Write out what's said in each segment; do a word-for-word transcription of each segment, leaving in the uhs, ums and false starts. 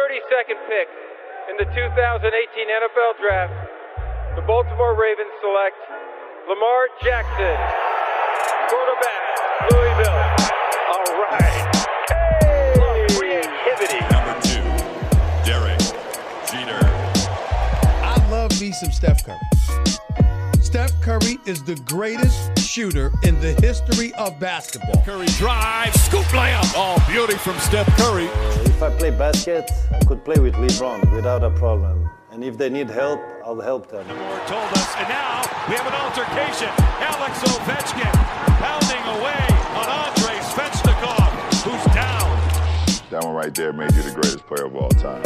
thirty-second pick in the two thousand eighteen N F L Draft, the Baltimore Ravens select Lamar Jackson, quarterback, Louisville. All right. Hey! Creativity. Number two, Derek Jeter. I love me some Steph Curry. Steph Curry is the greatest shooter in the history of basketball. Curry drive, scoop layup. Oh, beauty from Steph Curry. If I play basket, I could play with LeBron without a problem. And if they need help, I'll help them. Moore told us, and now we have an altercation. Alex Ovechkin pounding away on Andrei Svechnikov, who's down. That one right there made you the greatest player of all time.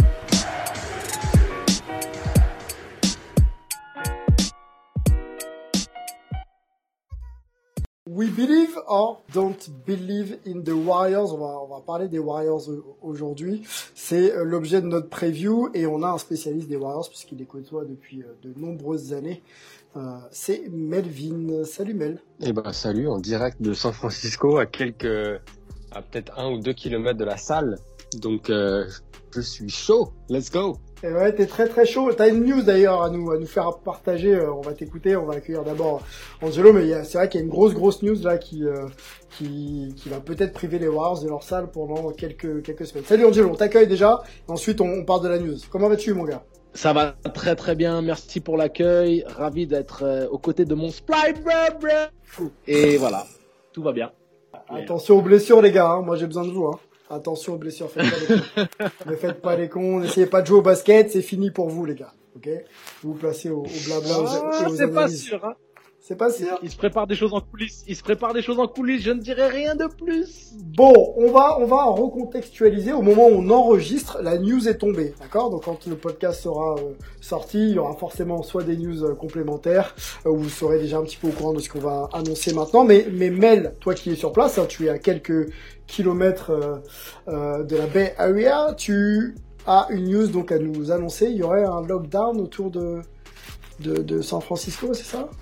We believe or don't believe in the Warriors. On va, on va parler des Warriors aujourd'hui. C'est l'objet de notre preview et on a un spécialiste des Warriors puisqu'il les côtoie depuis de nombreuses années. Euh, c'est Melvin. Salut Mel. Eh ben salut, en direct de San Francisco, à quelques, à peut-être un ou deux kilomètres de la salle. Donc euh, je suis chaud. Let's go. Et ouais, t'es très très chaud. T'as une news d'ailleurs à nous à nous faire partager. On va t'écouter. On va accueillir d'abord Angelo, mais il y a, c'est vrai qu'il y a une grosse grosse news là qui euh, qui qui va peut-être priver les Warriors de leur salle pendant quelques quelques semaines. Salut Angelo, on t'accueille déjà. Ensuite, on, on parle de la news. Comment vas-tu, mon gars? Ça va très très bien. Merci pour l'accueil. Ravi d'être euh, aux côtés de mon Sply brother. Et voilà, tout va bien. Attention aux blessures, les gars. Hein. Moi, j'ai besoin de vous. Hein. Attention aux blessures, faites pas les cons. Ne faites pas les cons, n'essayez pas de jouer au basket, c'est fini pour vous les gars, ok? Vous vous placez au, au blabla, oh, aux, aux c'est analyses. pas sûr, hein? C'est pas sûr. Il se prépare des choses en coulisses, il se prépare des choses en coulisses, je ne dirai rien de plus. Bon, on va, on va recontextualiser. Au moment où on enregistre, la news est tombée, d'accord? Donc quand le podcast sera euh, sorti, il y aura forcément soit des news euh, complémentaires, euh, où vous serez déjà un petit peu au courant de ce qu'on va annoncer maintenant. Mais, mais Mel, toi qui es sur place, hein, tu es à quelques kilomètres euh, euh, de la Bay Area, tu as une news donc à nous annoncer. Il y aurait un lockdown autour de, de, de San Francisco, c'est ça?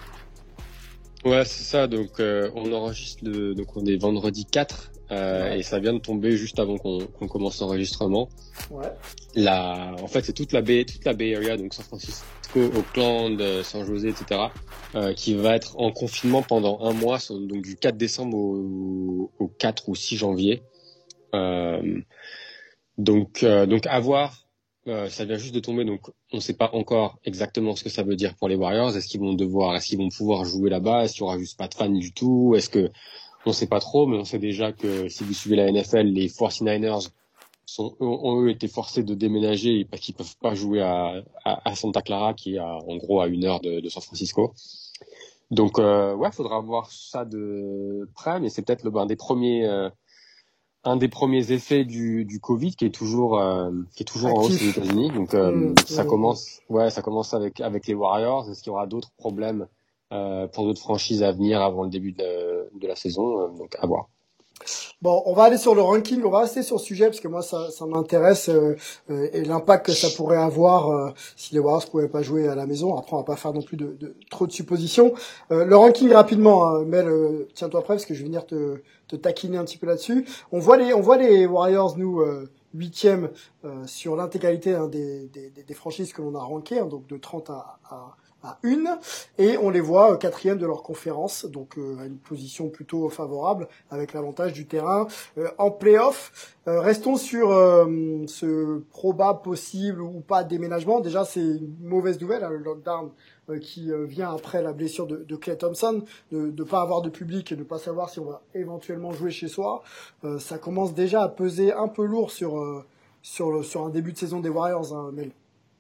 Ouais, c'est ça. Donc, euh, on enregistre le, donc on est vendredi quatre, euh, ouais. Et ça vient de tomber juste avant qu'on, qu'on commence l'enregistrement. Ouais. La, en fait, c'est toute la baie, toute la Bay Area, donc San Francisco, Oakland, San José, et cetera, euh, qui va être en confinement pendant un mois, donc du quatre décembre au, au quatre ou six janvier. Euh, donc, euh, donc à voir. Euh, ça vient juste de tomber, donc on ne sait pas encore exactement ce que ça veut dire pour les Warriors. Est-ce qu'ils vont devoir, est-ce qu'ils vont pouvoir jouer là-bas? Est-ce qu'il y aura juste pas de fans du tout? Est-ce que, on sait pas trop, mais on sait déjà que si vous suivez la N F L, les forty-niners sont, ont eux été forcés de déménager parce qu'ils peuvent pas jouer à, à, à Santa Clara, qui est à, en gros à une heure de, de San Francisco. Donc euh, ouais, faudra voir ça de près, mais c'est peut-être le ben, des premiers. Euh, un des premiers effets du, du Covid qui est toujours euh, qui est toujours en hausse aux États-Unis. Donc euh, mmh, ça mmh. commence ouais ça commence avec avec les Warriors. Est-ce qu'il y aura d'autres problèmes euh, pour d'autres franchises à venir avant le début de, de la saison? Donc à voir. Bon, on va aller sur le ranking, on va rester sur ce sujet parce que moi ça, ça m'intéresse euh, euh, et l'impact que ça pourrait avoir euh, si les Warriors pouvaient pas jouer à la maison. Après, on va pas faire non plus de, de trop de suppositions. Euh, le ranking rapidement, hein, Mel, euh, tiens-toi prêt parce que je vais venir te, te taquiner un petit peu là-dessus. On voit les, on voit les Warriors nous euh, huitième euh, sur l'intégralité hein, des, des, des franchises que l'on a rankées, hein, donc de trente à, à à une, et on les voit euh, quatrième de leur conférence, donc euh, à une position plutôt favorable, avec l'avantage du terrain. Euh, en play-off, euh, restons sur euh, ce probable, possible ou pas déménagement. Déjà, c'est une mauvaise nouvelle, hein, le lockdown euh, qui euh, vient après la blessure de, de Klay Thompson, de ne pas avoir de public et de ne pas savoir si on va éventuellement jouer chez soi. Euh, ça commence déjà à peser un peu lourd sur, euh, sur, le, sur un début de saison des Warriors, hein, Mel.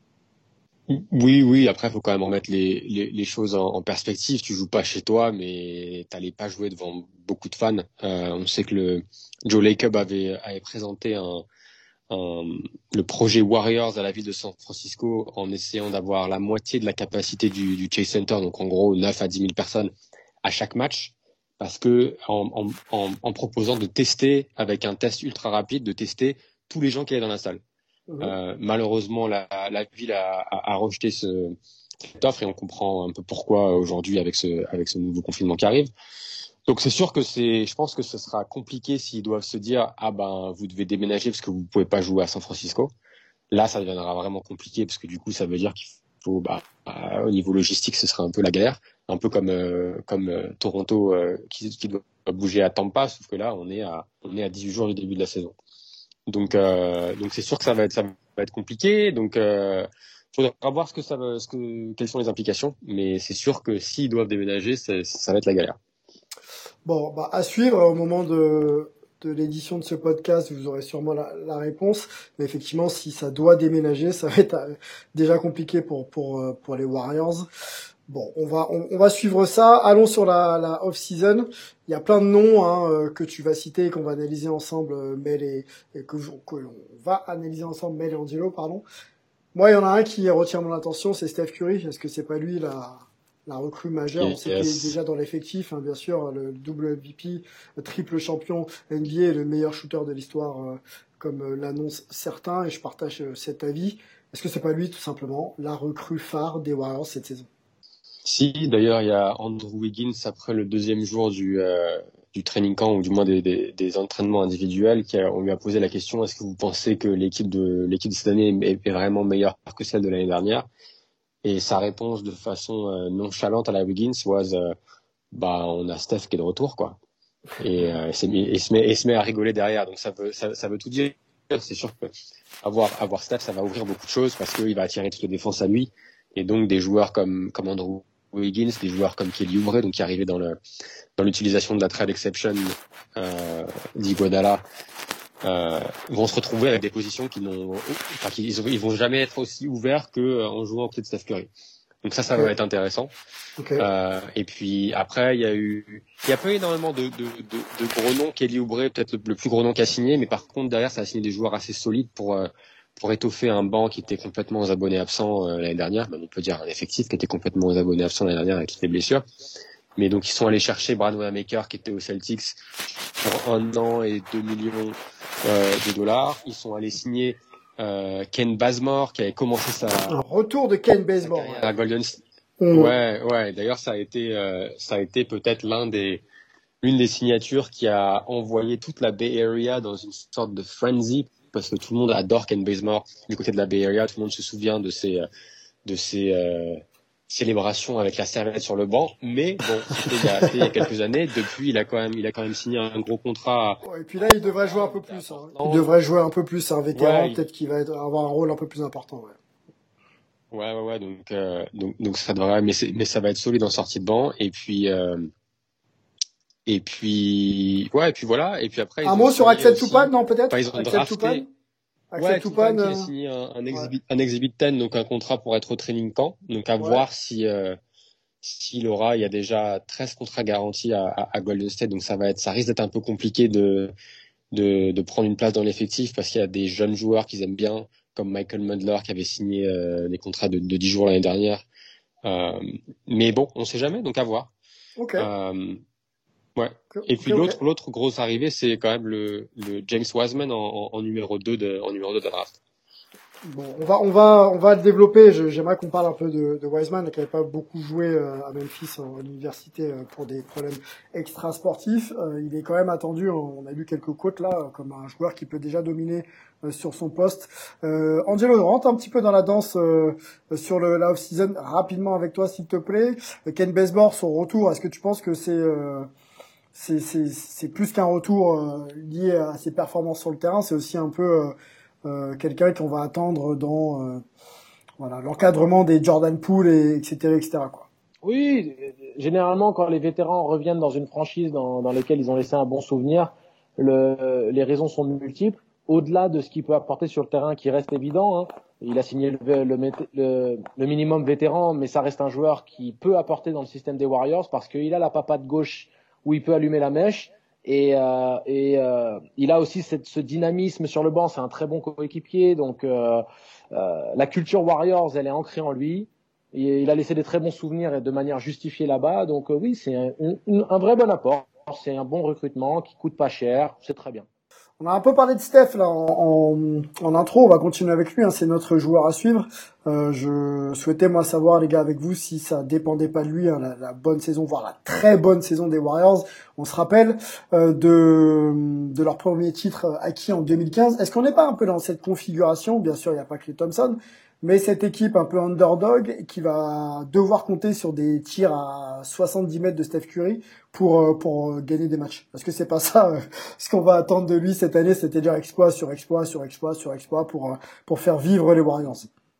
Oui, oui. Après, il faut quand même remettre les, les, les choses en, en perspective. Tu joues pas chez toi, mais t'allais pas jouer devant beaucoup de fans. Euh, on sait que le Joe Lacob avait, avait présenté un, un, le projet Warriors à la ville de San Francisco en essayant d'avoir la moitié de la capacité du, du Chase Center, donc en gros neuf à dix mille personnes à chaque match, parce que en, en, en, en proposant de tester avec un test ultra rapide, de tester tous les gens qui allaient dans la salle. Euh, malheureusement, la, la ville a, a, a rejeté ce, cette offre et on comprend un peu pourquoi aujourd'hui avec ce, avec ce nouveau confinement qui arrive. Donc c'est sûr que c'est, je pense que ce sera compliqué s'ils doivent se dire ah ben vous devez déménager parce que vous pouvez pas jouer à San Francisco. Là, ça deviendra vraiment compliqué parce que du coup, ça veut dire qu'il faut, bah, bah au niveau logistique, ce sera un peu la galère, un peu comme euh, comme euh, Toronto euh, qui, qui doit bouger à Tampa, sauf que là, on est à on est à dix-huit jours du début de la saison. Donc euh, donc c'est sûr que ça va être ça va être compliqué. Donc euh, faudra voir ce que ça va, ce que quelles sont les implications, mais c'est sûr que s'ils doivent déménager, ça, ça va être la galère. Bon, bah, à suivre au moment de, de l'édition de ce podcast, vous aurez sûrement la, la réponse. Mais effectivement, si ça doit déménager, ça va être euh, déjà compliqué pour, pour, euh, pour les Warriors. Bon, on va, on, on va suivre ça. Allons sur la, la off-season. Il y a plein de noms hein, euh, que tu vas citer et qu'on va analyser ensemble, euh, Mel et, et que, que l'on va analyser ensemble, Mel et Angelo, pardon. Moi, il y en a un qui retient mon attention, c'est Steph Curry. Est-ce que c'est pas lui la, la recrue majeure? On sait yes. qu'il est déjà dans l'effectif, hein, bien sûr, le double M V P, le triple champion N B A et le meilleur shooter de l'histoire, euh, comme euh, l'annoncent certains, et je partage euh, cet avis. Est-ce que c'est pas lui, tout simplement, la recrue phare des Warriors cette saison? Si, d'ailleurs, il y a Andrew Wiggins, après le deuxième jour du, euh, du training camp, ou du moins des, des, des entraînements individuels, qui a, on lui a posé la question, est-ce que vous pensez que l'équipe de, l'équipe de cette année est, est vraiment meilleure que celle de l'année dernière? Et sa réponse de façon euh, nonchalante à la Wiggins was, euh, bah, on a Steph qui est de retour, quoi. Et, euh, et, et, se met, et se met à rigoler derrière. Donc ça veut, ça, ça veut tout dire. C'est sûr que avoir, avoir Steph, ça va ouvrir beaucoup de choses parce qu'il va attirer toutes les défenses à lui. Et donc des joueurs comme, comme Andrew Wiggins, des joueurs comme Kelly Oubre, donc qui arrivait dans le, dans l'utilisation de la trade exception, euh, d'Iguodala, euh, vont se retrouver avec des positions qui n'ont, enfin, qui, ils, ils vont jamais être aussi ouverts que en jouant au pied de Steph Curry. Donc ça, ça okay. va être intéressant. Okay. Euh, et puis après, il y a eu, il y a pas eu énormément de, de, de, de gros noms. Kelly Oubre, peut-être le, le plus gros nom qui a signé, mais par contre derrière, ça a signé des joueurs assez solides pour euh, pour étoffer un banc qui était complètement aux abonnés absents euh, l'année dernière. Même on peut dire un effectif qui était complètement aux abonnés absents l'année dernière avec toutes les blessures. Mais donc ils sont allés chercher Brad Wanamaker qui était aux Celtics pour un an et deux millions euh, de dollars. Ils sont allés signer euh, Ken Bazemore qui avait commencé sa un retour de Ken Bazemore à ouais. Golden State. Mmh. Ouais, ouais. D'ailleurs, ça a été, euh, ça a été peut-être l'un des, l'une des signatures qui a envoyé toute la Bay Area dans une sorte de frenzy parce que tout le monde adore Ken Bazemore du côté de la Bay Area. Tout le monde se souvient de ses, de ses euh, célébrations avec la serviette sur le banc. Mais bon, c'était il y a, c'était il y a quelques années. Depuis, il a quand même, il a quand même signé un gros contrat. Ouais, et puis là, il devrait jouer un peu plus. Hein. Il devrait jouer un peu plus. C'est un vétéran, ouais, peut-être il... qu'il va être, avoir un rôle un peu plus important. Ouais. Ouais, ouais, ouais. Donc, euh, donc, donc ça devrait, mais, c'est, mais ça va être solide en sortie de banc. Et puis, euh, et puis, ouais, et puis voilà. Et puis après. Un mot sur Axel Toupane, non, peut-être? Enfin, ils ont Axel drafté. Toupane. Axel ouais, Toupane qui a signé un, un exhibit, ouais. un exhibit dix, donc un contrat pour être au training camp. Donc à ouais. voir si, euh, s'il aura, il y a déjà treize contrats garantis à, à, à Golden State. Donc ça va être, ça risque d'être un peu compliqué de, de, de prendre une place dans l'effectif parce qu'il y a des jeunes joueurs qu'ils aiment bien, comme Michael Mudler qui avait signé euh, des contrats de, de dix jours l'année dernière. Euh, mais bon, on sait jamais, donc à voir. Ok. Euh, ouais. Okay, Et puis okay, l'autre, okay. l'autre grosse arrivée, c'est quand même le, le James Wiseman en, en, en numéro deux de, en numéro deux de la draft. Bon, on va, on va, on va le développer. Je, j'aimerais qu'on parle un peu de, de Wiseman, qui n'avait pas beaucoup joué euh, à Memphis en, en université euh, pour des problèmes extra-sportifs. Euh, il est quand même attendu. On a lu quelques quotes là, comme un joueur qui peut déjà dominer euh, sur son poste. Euh, Angelo, rentre un petit peu dans la danse euh, sur le la off-season rapidement avec toi, s'il te plaît. Ken Bazemore, son retour. Est-ce que tu penses que c'est euh, c'est, c'est, c'est plus qu'un retour euh, lié à ses performances sur le terrain? C'est aussi un peu euh, Euh, quelqu'un qu'on va attendre dans euh, voilà l'encadrement des Jordan Poole et etc etc quoi. Oui, généralement quand les vétérans reviennent dans une franchise dans, dans laquelle ils ont laissé un bon souvenir, le, les raisons sont multiples. Au-delà de ce qu'il peut apporter sur le terrain, qui reste évident, hein, il a signé le, le, le, le minimum vétéran, mais ça reste un joueur qui peut apporter dans le système des Warriors parce qu'il a la papatte gauche où il peut allumer la mèche. Et, euh, et euh, il a aussi cette, ce dynamisme sur le banc. C'est un très bon coéquipier. Donc euh, euh, la culture Warriors, elle est ancrée en lui. Et il a laissé des très bons souvenirs et de manière justifiée là-bas. Donc euh, oui, c'est un, un, un vrai bon apport. C'est un bon recrutement qui coûte pas cher. C'est très bien. On a un peu parlé de Steph là en, en, en intro. On va continuer avec lui. Hein, c'est notre joueur à suivre. Euh, je souhaitais moi savoir, les gars, avec vous, si ça dépendait pas de lui, hein, la, la bonne saison, voire la très bonne saison des Warriors. On se rappelle euh, de de leur premier titre acquis en deux mille quinze. Est-ce qu'on n'est pas un peu dans cette configuration? Bien sûr, il n'y a pas Klay Thompson, mais cette équipe un peu underdog qui va devoir compter sur des tirs à soixante-dix mètres de Steph Curry pour pour gagner des matchs. Parce que c'est pas ça euh, ce qu'on va attendre de lui cette année, c'est-à-dire exploit sur exploit sur exploit sur exploit pour pour faire vivre les Warriors.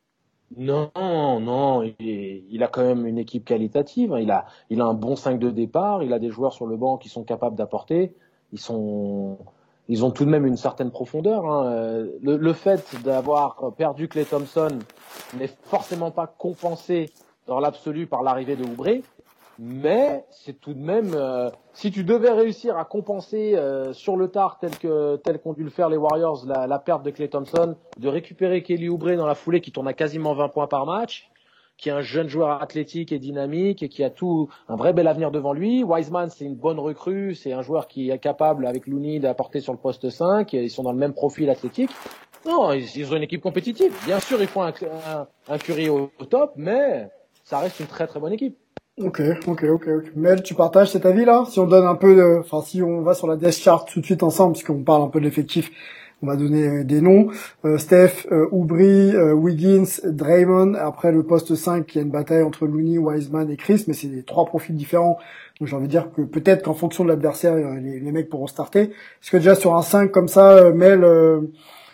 Non, non, il, il a quand même une équipe qualitative. Il a, il a un bon cinq de départ. Il a des joueurs sur le banc qui sont capables d'apporter. Ils sont, ils ont tout de même une certaine profondeur. Hein. Le, le fait d'avoir perdu Klay Thompson n'est forcément pas compensé dans l'absolu par l'arrivée de Oubre. Mais c'est tout de même, euh, si tu devais réussir à compenser euh, sur le tard tel que tel qu'ont dû le faire les Warriors la, la perte de Klay Thompson, de récupérer Kelly Oubre dans la foulée qui tourne à quasiment vingt points par match, qui est un jeune joueur athlétique et dynamique et qui a tout un vrai bel avenir devant lui. Wiseman, c'est une bonne recrue, c'est un joueur qui est capable avec Looney d'apporter sur le poste cinq, ils sont dans le même profil athlétique. Non, ils, ils ont une équipe compétitive. Bien sûr, il faut un, un, un Curry au, au top, mais ça reste une très très bonne équipe. Ok, ok, ok, ok. Mel, tu partages cet avis-là? Si on donne un peu de, enfin, si on va sur la death chart tout de suite ensemble, puisqu'on parle un peu de l'effectif, on va donner euh, des noms. Euh, Steph, euh, Oubre, euh, Wiggins, Draymond. Après, le poste cinq, il y a une bataille entre Looney, Wiseman et Chris, mais c'est des trois profils différents. Donc, j'ai envie de dire que peut-être qu'en fonction de l'adversaire, les, les mecs pourront starter. Est-ce que déjà sur un cinq comme ça, euh, Mel, euh,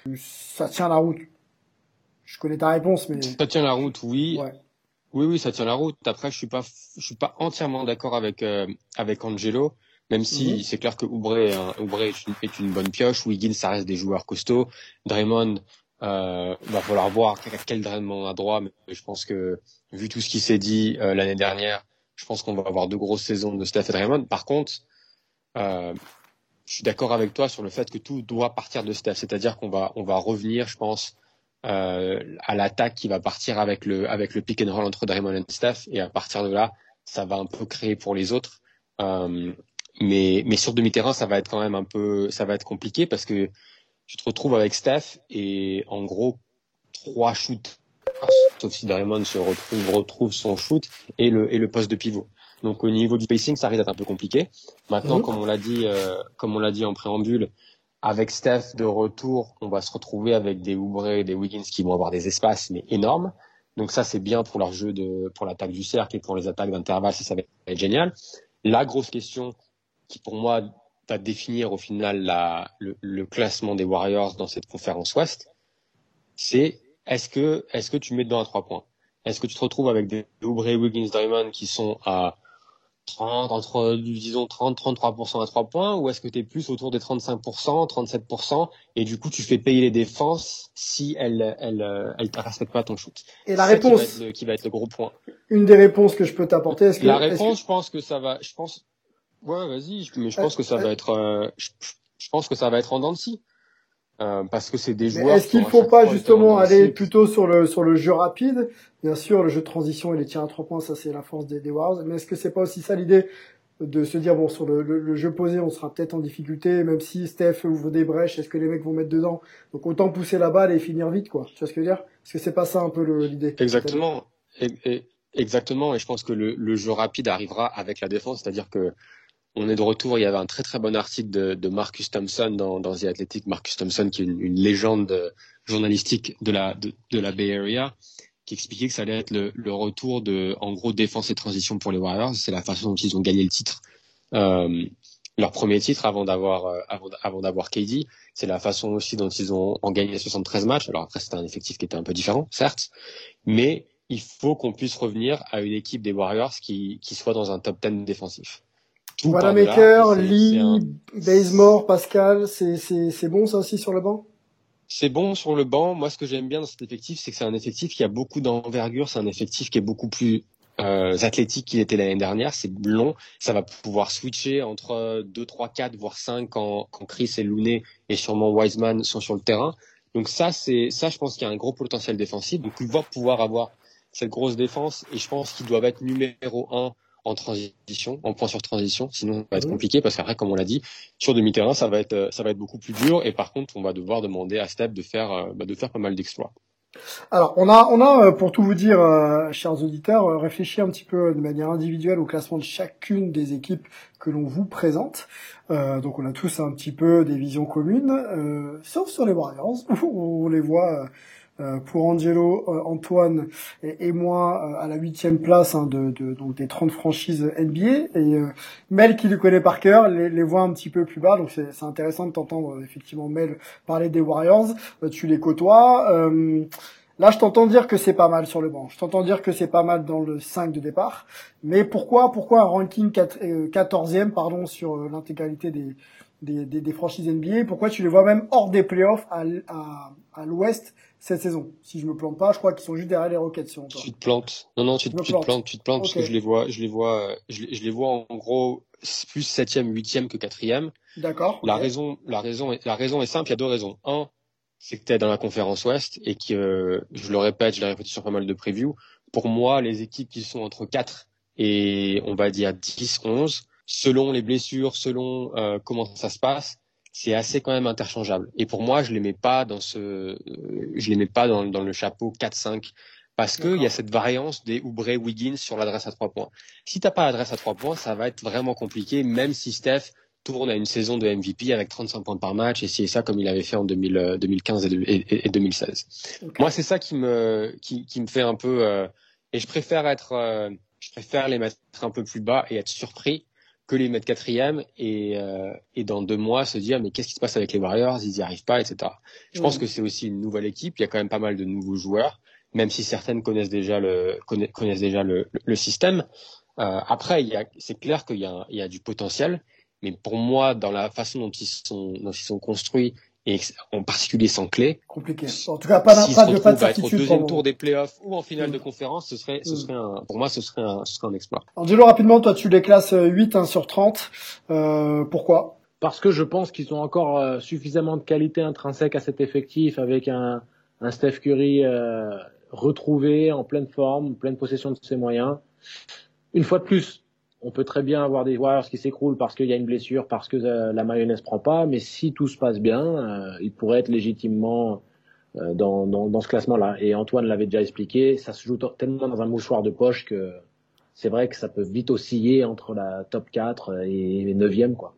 ça tient la route? Je connais ta réponse, mais... Ça tient la route, oui. Ouais. Oui, oui, ça tient la route. Après, je suis pas, je suis pas entièrement d'accord avec euh, avec Angelo, même si Mhm. c'est clair que Oubre, est, un- Oubre est, une, est une bonne pioche. Wiggins, ça reste des joueurs costauds. Draymond, euh, va falloir voir quel Draymond a droit, mais je pense que vu tout ce qui s'est dit euh, l'année dernière, je pense qu'on va avoir deux grosses saisons de Steph et Draymond. Par contre, euh, je suis d'accord avec toi sur le fait que tout doit partir de Steph, c'est-à-dire qu'on va on va revenir, je pense. Euh, à l'attaque qui va partir avec le avec le pick and roll entre Draymond et Steph, et à partir de là ça va un peu créer pour les autres, euh, mais mais sur demi-terrain ça va être quand même un peu ça va être compliqué parce que tu te retrouves avec Steph et en gros trois shoots, sauf si Draymond se retrouve retrouve son shoot et le et le poste de pivot. Donc au niveau du pacing ça risque d'être un peu compliqué. Maintenant, Mhm. comme on l'a dit euh, comme on l'a dit en préambule, avec Steph de retour, on va se retrouver avec des Oubre et des Wiggins qui vont avoir des espaces mais énormes. Donc ça, c'est bien pour leur jeu de, pour l'attaque du cercle et pour les attaques d'intervalle, ça, ça va être génial. La grosse question qui, pour moi, va définir au final la, le, le classement des Warriors dans cette conférence Ouest, c'est est-ce que, est-ce que tu mets dedans à trois points? Est-ce que tu te retrouves avec des Oubre, Wiggins, Draymond qui sont à trente, entre, disons, trente, trente-trois pour cent à trois points, ou est-ce que tu es plus autour des trente-cinq pour cent, trente-sept pour cent, et du coup, tu fais payer les défenses si elles, elles, elles te respectent pas ton shoot? Et la C'est ça réponse, qui va être le, qui va être le gros point. une des réponses que je peux t'apporter, est-ce que... La est-ce réponse, que... je pense que ça va, je pense, ouais, vas-y, mais je pense Euh, que ça euh, va être, euh, je, je pense que ça va être en dents de scie. Euh, parce que c'est des Mais joueurs est-ce qui qu'il ont à faut chaque pas fois été en justement dents de aller scie. plutôt sur le sur le jeu rapide? Bien sûr, le jeu de transition et les tirs à trois points, ça c'est la force des, des Warriors. Mais est-ce que c'est pas aussi ça l'idée de se dire bon sur le, le, le jeu posé, on sera peut-être en difficulté, même si Steph ouvre des brèches, est-ce que les mecs vont mettre dedans? Donc autant pousser la balle et finir vite, quoi. Tu vois ce que je veux dire? Est-ce que c'est pas ça un peu le- l'idée? Exactement. Et, et- exactement. Et je pense que le, le jeu rapide arrivera avec la défense, c'est-à-dire que on est de retour. Il y avait un très très bon article de, de Marcus Thompson dans, dans The Athletic. Marcus Thompson, qui est une, une légende journalistique de la de, de la Bay Area, qui expliquait que ça allait être le, le retour de, en gros, défense et transition pour les Warriors. C'est la façon dont ils ont gagné le titre, euh, leur premier titre avant d'avoir euh, avant, avant d'avoir K D. C'est la façon aussi dont ils ont, ont gagné soixante-treize matchs. Alors après, c'était un effectif qui était un peu différent, certes, mais il faut qu'on puisse revenir à une équipe des Warriors qui, qui soit dans un top dix défensif. Tout part de là, Wanamaker, et c'est- c'est Lee, un- Bazemore, Pascal, c'est c'est c'est bon ça aussi sur le banc? C'est bon sur le banc. Moi, ce que j'aime bien dans cet effectif, c'est que c'est un effectif qui a beaucoup d'envergure. C'est un effectif qui est beaucoup plus euh, athlétique qu'il était l'année dernière. C'est long. Ça va pouvoir switcher entre deux, trois, quatre, voire cinq quand, quand Chris et Looney et sûrement Wiseman sont sur le terrain. Donc ça, c'est ça, je pense qu'il y a un gros potentiel défensif. Donc ils vont pouvoir avoir cette grosse défense, et je pense qu'ils doivent être numéro un en transition, en point sur transition. Sinon, ça va être Mhm. compliqué parce qu'après, comme on l'a dit, sur demi-terrain, ça va être, ça va être beaucoup plus dur. Et par contre, on va devoir demander à Steph de faire, euh, bah, de faire pas mal d'exploits. Alors, on a, on a, pour tout vous dire, euh, chers auditeurs, réfléchi un petit peu de manière individuelle au classement de chacune des équipes que l'on vous présente. Euh, donc, on a tous un petit peu des visions communes, euh, sauf sur les Warriors, où on les voit euh, pour Angelo, euh, Antoine et, et moi euh, à la huitième place hein, de, de donc des trente franchises N B A. Et euh, Mel, qui le connaît par cœur, les, les voit un petit peu plus bas. Donc, c'est, c'est intéressant de t'entendre euh, effectivement Mel parler des Warriors. Euh, tu les côtoies. Euh, Là, je t'entends dire que c'est pas mal sur le banc. Je t'entends dire que c'est pas mal dans le cinq de départ. Mais pourquoi, pourquoi un ranking quatorzième, pardon, sur l'intégralité des, des, des, des franchises N B A? Pourquoi tu les vois même hors des playoffs à, à, à l'ouest cette saison? Si je me plante pas, je crois qu'ils sont juste derrière les Rockets, selon toi. Tu te plantes. Non, non, tu, tu te plantes, tu te plantes, okay. Parce que je les vois, je les vois, je les, je les vois en gros plus septième, huitième que quatrième. D'accord. La okay. raison, la raison est, la raison est simple. Il y a deux raisons. Un, c'est que tu es dans la conférence Ouest et que, euh, je le répète, je l'ai répété sur pas mal de previews, pour moi, les équipes qui sont entre quatre et on va dire dix, onze, selon les blessures, selon euh, comment ça se passe, c'est assez quand même interchangeable. Et pour moi, je les mets pas dans ce, euh, je les mets pas dans, dans le chapeau quatre cinq parce que il y a cette variance des Oubre-Wiggins sur l'adresse à trois points. Si t'as pas l'adresse à trois points, ça va être vraiment compliqué, même si Steph tourne à une saison de M V P avec trente-cinq points par match et c'est ça comme il avait fait en deux mille, deux mille quinze et, et, et deux mille seize. Okay. Moi, c'est ça qui me qui, qui me fait un peu euh, et je préfère être euh, je préfère les mettre un peu plus bas et être surpris que les mettre quatrième et euh, et dans deux mois se dire mais qu'est-ce qui se passe avec les Warriors, ils y arrivent pas, et cetera. Je mmh. pense que c'est aussi une nouvelle équipe, il y a quand même pas mal de nouveaux joueurs, même si certaines connaissent déjà le connaissent déjà le, le, le système. Euh, après, il y a c'est clair qu'il y a il y a du potentiel. Mais pour moi, dans la façon dont ils sont, dont ils sont construits, et en particulier sans clé, compliqué. En tout cas, pas s'ils pas se de pas de retrouvent à être au deuxième pour... tour des playoffs ou en finale mmh. de conférence, ce serait, ce serait un, pour moi, ce serait un, ce serait un exploit. Angelo, rapidement, toi, tu les classes huit hein, sur trente. Euh, pourquoi? Parce que je pense qu'ils ont encore euh, suffisamment de qualité intrinsèque à cet effectif, avec un, un Steph Curry euh, retrouvé, en pleine forme, en pleine possession de ses moyens. Une fois de plus, on peut très bien avoir des Warriors qui s'écroulent parce qu'il y a une blessure, parce que euh, la mayonnaise prend pas, mais si tout se passe bien, euh, ils pourraient être légitimement euh, dans, dans, dans ce classement-là. Et Antoine l'avait déjà expliqué, ça se joue t- tellement dans un mouchoir de poche que c'est vrai que ça peut vite osciller entre la top quatre et neuvième, quoi.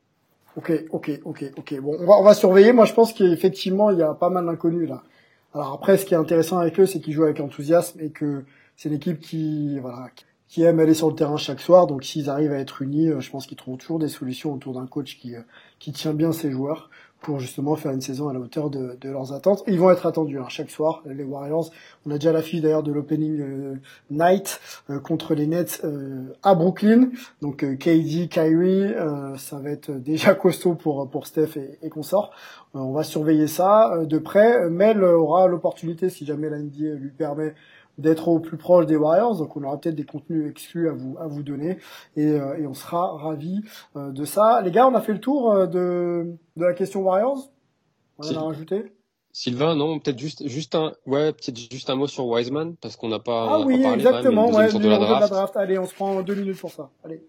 Ok, ok, ok, ok. Bon, on va, on va surveiller. Moi, je pense qu'effectivement, il y a pas mal d'inconnus là. Alors après, ce qui est intéressant avec eux, c'est qu'ils jouent avec enthousiasme et que c'est l'équipe qui, voilà, qui aime aller sur le terrain chaque soir. Donc, s'ils arrivent à être unis, je pense qu'ils trouvent toujours des solutions autour d'un coach qui, qui tient bien ses joueurs pour justement faire une saison à la hauteur de, de leurs attentes. Ils vont être attendus hein, chaque soir, les Warriors. On a déjà l'affiche d'ailleurs de l'opening euh, night euh, contre les Nets euh, à Brooklyn. Donc euh, K D, Kyrie, euh, ça va être déjà costaud pour pour Steph et, et consorts. Euh, on va surveiller ça euh, de près. Mel aura l'opportunité, si jamais la N B A lui permet, d'être au plus proche des Warriors, donc on aura peut-être des contenus exclus à vous à vous donner et, euh, et on sera ravis euh, de ça. Les gars, on a fait le tour euh, de de la question Warriors. On en a rajouté. Sylvain, non, peut-être juste juste un ouais, peut-être juste un mot sur Wiseman parce qu'on n'a pas, ah on oui, pas parlé exactement, quand même, ouais, tour de la draft. de la draft. Allez, on se prend deux minutes pour ça. Allez.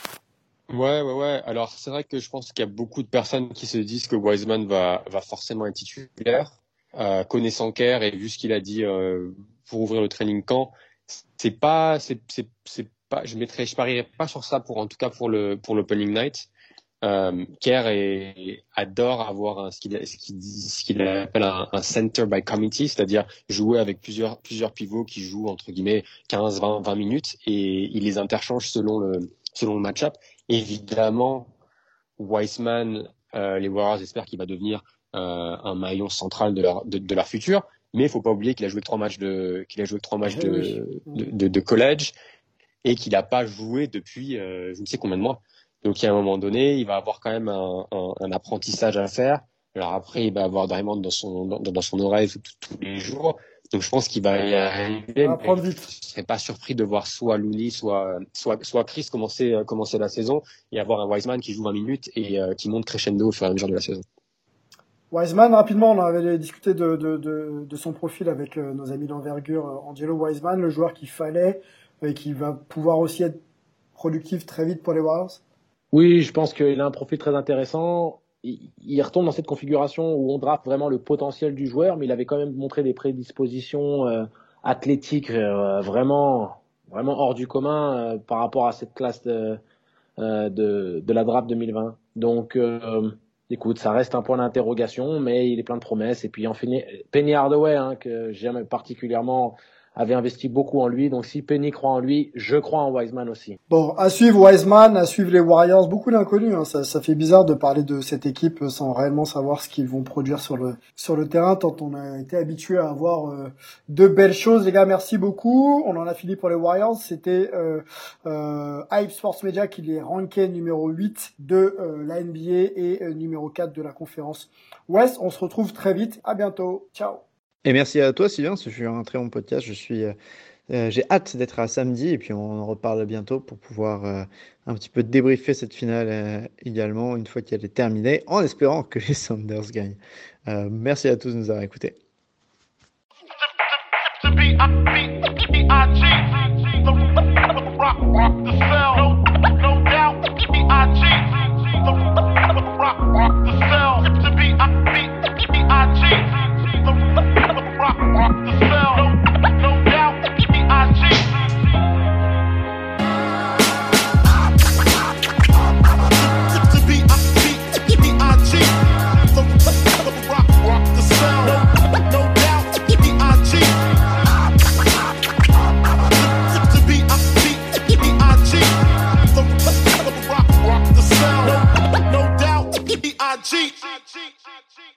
Ouais, ouais, ouais. Alors c'est vrai que je pense qu'il y a beaucoup de personnes qui se disent que Wiseman va va forcément être titulaire, euh, connaissant Kerr et vu ce qu'il a dit euh, pour ouvrir le training camp. C'est pas, c'est, c'est, c'est pas, je mettrais, je parierais pas sur ça pour, en tout cas pour le, pour l'opening night. Euh, Kerr est, adore avoir un, ce qu'il, ce qu'il dit, ce qu'il appelle un, un center by committee, c'est-à-dire jouer avec plusieurs, plusieurs pivots qui jouent entre guillemets quinze, vingt, vingt minutes et il les interchange selon le, selon le match-up. Évidemment, Wiseman, euh, les Warriors espèrent qu'il va devenir euh, un maillon central de leur, de, de leur futur. Mais il faut pas oublier qu'il a joué que trois matchs de, qu'il a joué que trois matchs de, oui. de, de, de college et qu'il n'a pas joué depuis euh, je ne sais combien de mois. Donc, à un moment donné, il va avoir quand même un, un, un apprentissage à faire. Alors après, il va avoir Draymond dans son, dans, dans son oreille tous, tous les jours. Donc, je pense qu'il va y arriver. Apprendre vite. Je serais pas surpris de voir soit Looney, soit, soit, soit Chris commencer, commencer la saison et avoir un Wiseman qui joue vingt minutes et euh, qui monte crescendo au fur et à mesure de la saison. Wiseman, rapidement, on avait discuté de, de, de, de son profil avec euh, nos amis d'envergure, euh, Angelo Wiseman, le joueur qu'il fallait et qui va pouvoir aussi être productif très vite pour les Warriors. Oui, je pense qu'il a un profil très intéressant. il, il retombe dans cette configuration où on draft vraiment le potentiel du joueur, mais il avait quand même montré des prédispositions euh, athlétiques euh, vraiment, vraiment hors du commun euh, par rapport à cette classe de, euh, de, de la draft deux mille vingt. Donc, euh, écoute, ça reste un point d'interrogation, mais il est plein de promesses. Et puis, en fin, Penny Hardaway, hein, que j'aime particulièrement, avait investi beaucoup en lui. Donc, si Penny croit en lui, je crois en Wiseman aussi. Bon, à suivre Wiseman, à suivre les Warriors, beaucoup d'inconnus. Hein. Ça, ça fait bizarre de parler de cette équipe sans réellement savoir ce qu'ils vont produire sur le sur le terrain, tant on a été habitué à avoir euh, de belles choses. Les gars, merci beaucoup. On en a fini pour les Warriors. C'était euh, euh, Hype Sports Media qui les rankait numéro huit de euh, la N B A et euh, numéro quatre de la conférence Ouest. On se retrouve très vite. À bientôt. Ciao. Et merci à toi, Sylvain. Ce fut un très bon podcast. Je suis, euh, j'ai hâte d'être à samedi et puis on en reparle bientôt pour pouvoir euh, un petit peu débriefer cette finale euh, également une fois qu'elle est terminée, en espérant que les Sounders gagnent. Euh, merci à tous de nous avoir écoutés. G.